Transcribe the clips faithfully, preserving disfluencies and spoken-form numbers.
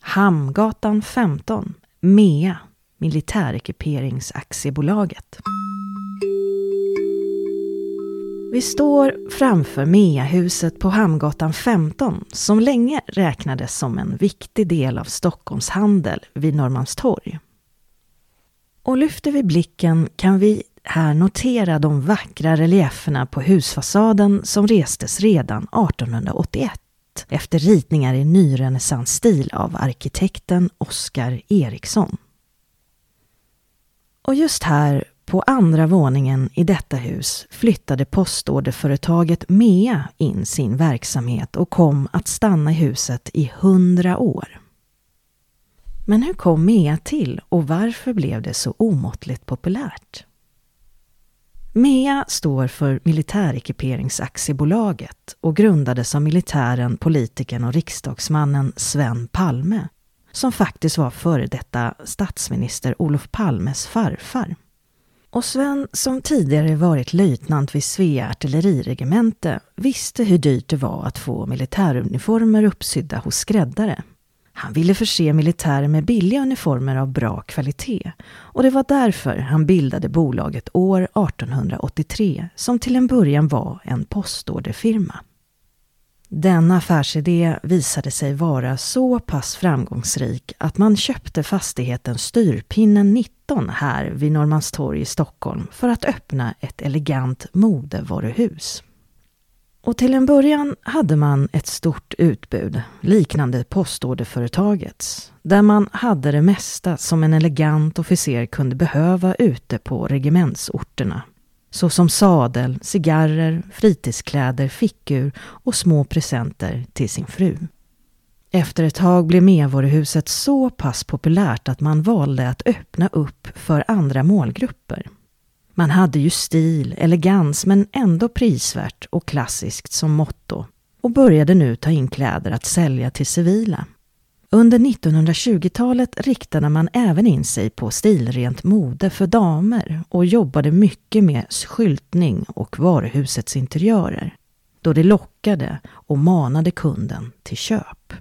Hamngatan femton, M E A, Militärekiperingsaktiebolaget. Vi står framför M E A-huset på Hamngatan femton som länge räknades som en viktig del av Stockholms handel vid Norrmalmstorg. Och lyfter vi blicken kan vi här notera de vackra relieferna på husfasaden som restes redan artonhundraåttioett efter ritningar i nyrenässansstil av arkitekten Oskar Eriksson. Och just här på andra våningen i detta hus flyttade postorderföretaget M E A in sin verksamhet och kom att stanna i huset i hundra år. Men hur kom M E A till och varför blev det så omåttligt populärt? M E A står för Militärekiperingsaktiebolaget och grundades av militären, politikern och riksdagsmannen Sven Palme, som faktiskt var före detta statsminister Olof Palmes farfar. Och Sven, som tidigare varit löjtnant vid Svea artilleriregemente, visste hur dyrt det var att få militäruniformer uppsydda hos skräddare. Han ville förse militärer med billiga uniformer av bra kvalitet och det var därför han bildade bolaget år artonhundraåttiotre som till en början var en postorderfirma. Denna affärsidé visade sig vara så pass framgångsrik att man köpte fastigheten Styrpinnen nitton här vid Norrmalmstorg i Stockholm för att öppna ett elegant modevaruhus. Och till en början hade man ett stort utbud, liknande postorderföretagets, där man hade det mesta som en elegant officer kunde behöva ute på regementsorterna, såsom sadel, cigarrer, fritidskläder, fickur och små presenter till sin fru. Efter ett tag blev medvaruhuset så pass populärt att man valde att öppna upp för andra målgrupper. Man hade ju stil, elegans men ändå prisvärt och klassiskt som motto och började nu ta in kläder att sälja till civila. Under nittonhundratjugotalet riktade man även in sig på stilrent mode för damer och jobbade mycket med skyltning och varuhusets interiörer, då det lockade och manade kunden till köp.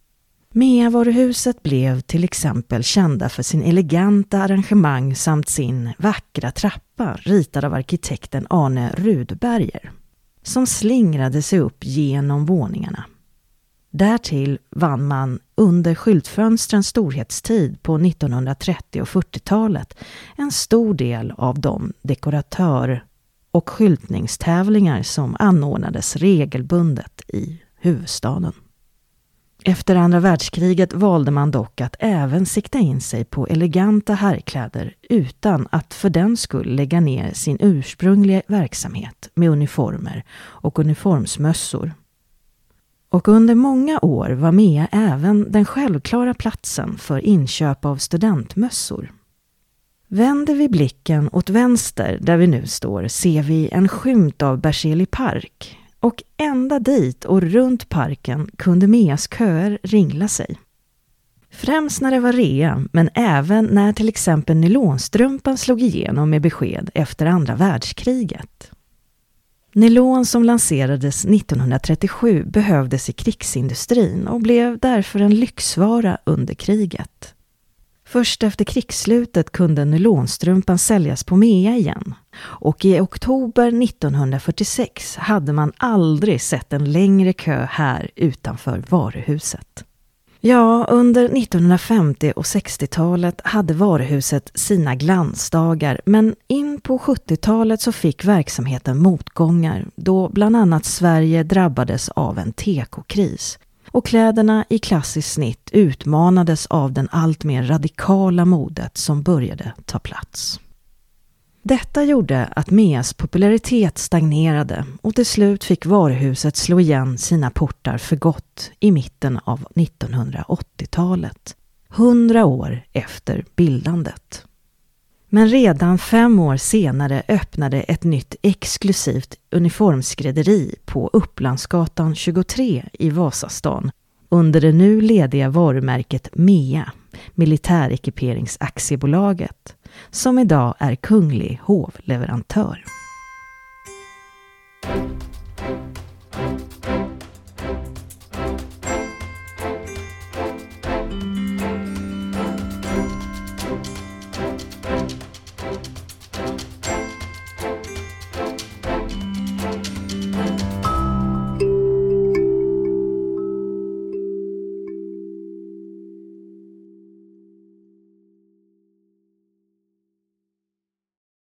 M E A-varuhuset blev till exempel kända för sin eleganta arrangemang samt sin vackra trappa ritad av arkitekten Arne Rudberger, som slingrade sig upp genom våningarna. Därtill vann man under skyltfönstrens storhetstid på nittonhundratrettio- och fyrtiotalet en stor del av de dekoratör- och skyltningstävlingar som anordnades regelbundet i huvudstaden. Efter andra världskriget valde man dock att även sikta in sig på eleganta herrkläder utan att för den skull lägga ner sin ursprungliga verksamhet med uniformer och uniformsmössor. Och under många år var M E A även den självklara platsen för inköp av studentmössor. Vänder vi blicken åt vänster där vi nu står ser vi en skymt av Berzelii park. Och ända dit och runt parken kunde M E A:s köer ringla sig. Främst när det var rea, men även när till exempel nylonstrumpan slog igenom med besked efter andra världskriget. Nylon som lanserades nittonhundratrettiosju behövdes i krigsindustrin och blev därför en lyxvara under kriget. Först efter krigsslutet kunde nylonstrumpan säljas på M E A igen och i oktober nittonhundrafyrtiosex hade man aldrig sett en längre kö här utanför varuhuset. Ja, under nittonhundrafemtio- och sextiotalet hade varuhuset sina glansdagar, men in på sjuttiotalet så fick verksamheten motgångar då bland annat Sverige drabbades av en tekokris. Och kläderna i klassiskt snitt utmanades av den allt mer radikala modet som började ta plats. Detta gjorde att M E A:s popularitet stagnerade och till slut fick varuhuset slå igen sina portar för gott i mitten av nittonhundraåttiotalet, hundra år efter bildandet. Men redan fem år senare öppnade ett nytt exklusivt uniformsskrädderi på Upplandsgatan tjugotre i Vasastan under det nu lediga varumärket M E A, Militärekiperingsaktiebolaget, som idag är kunglig hovleverantör.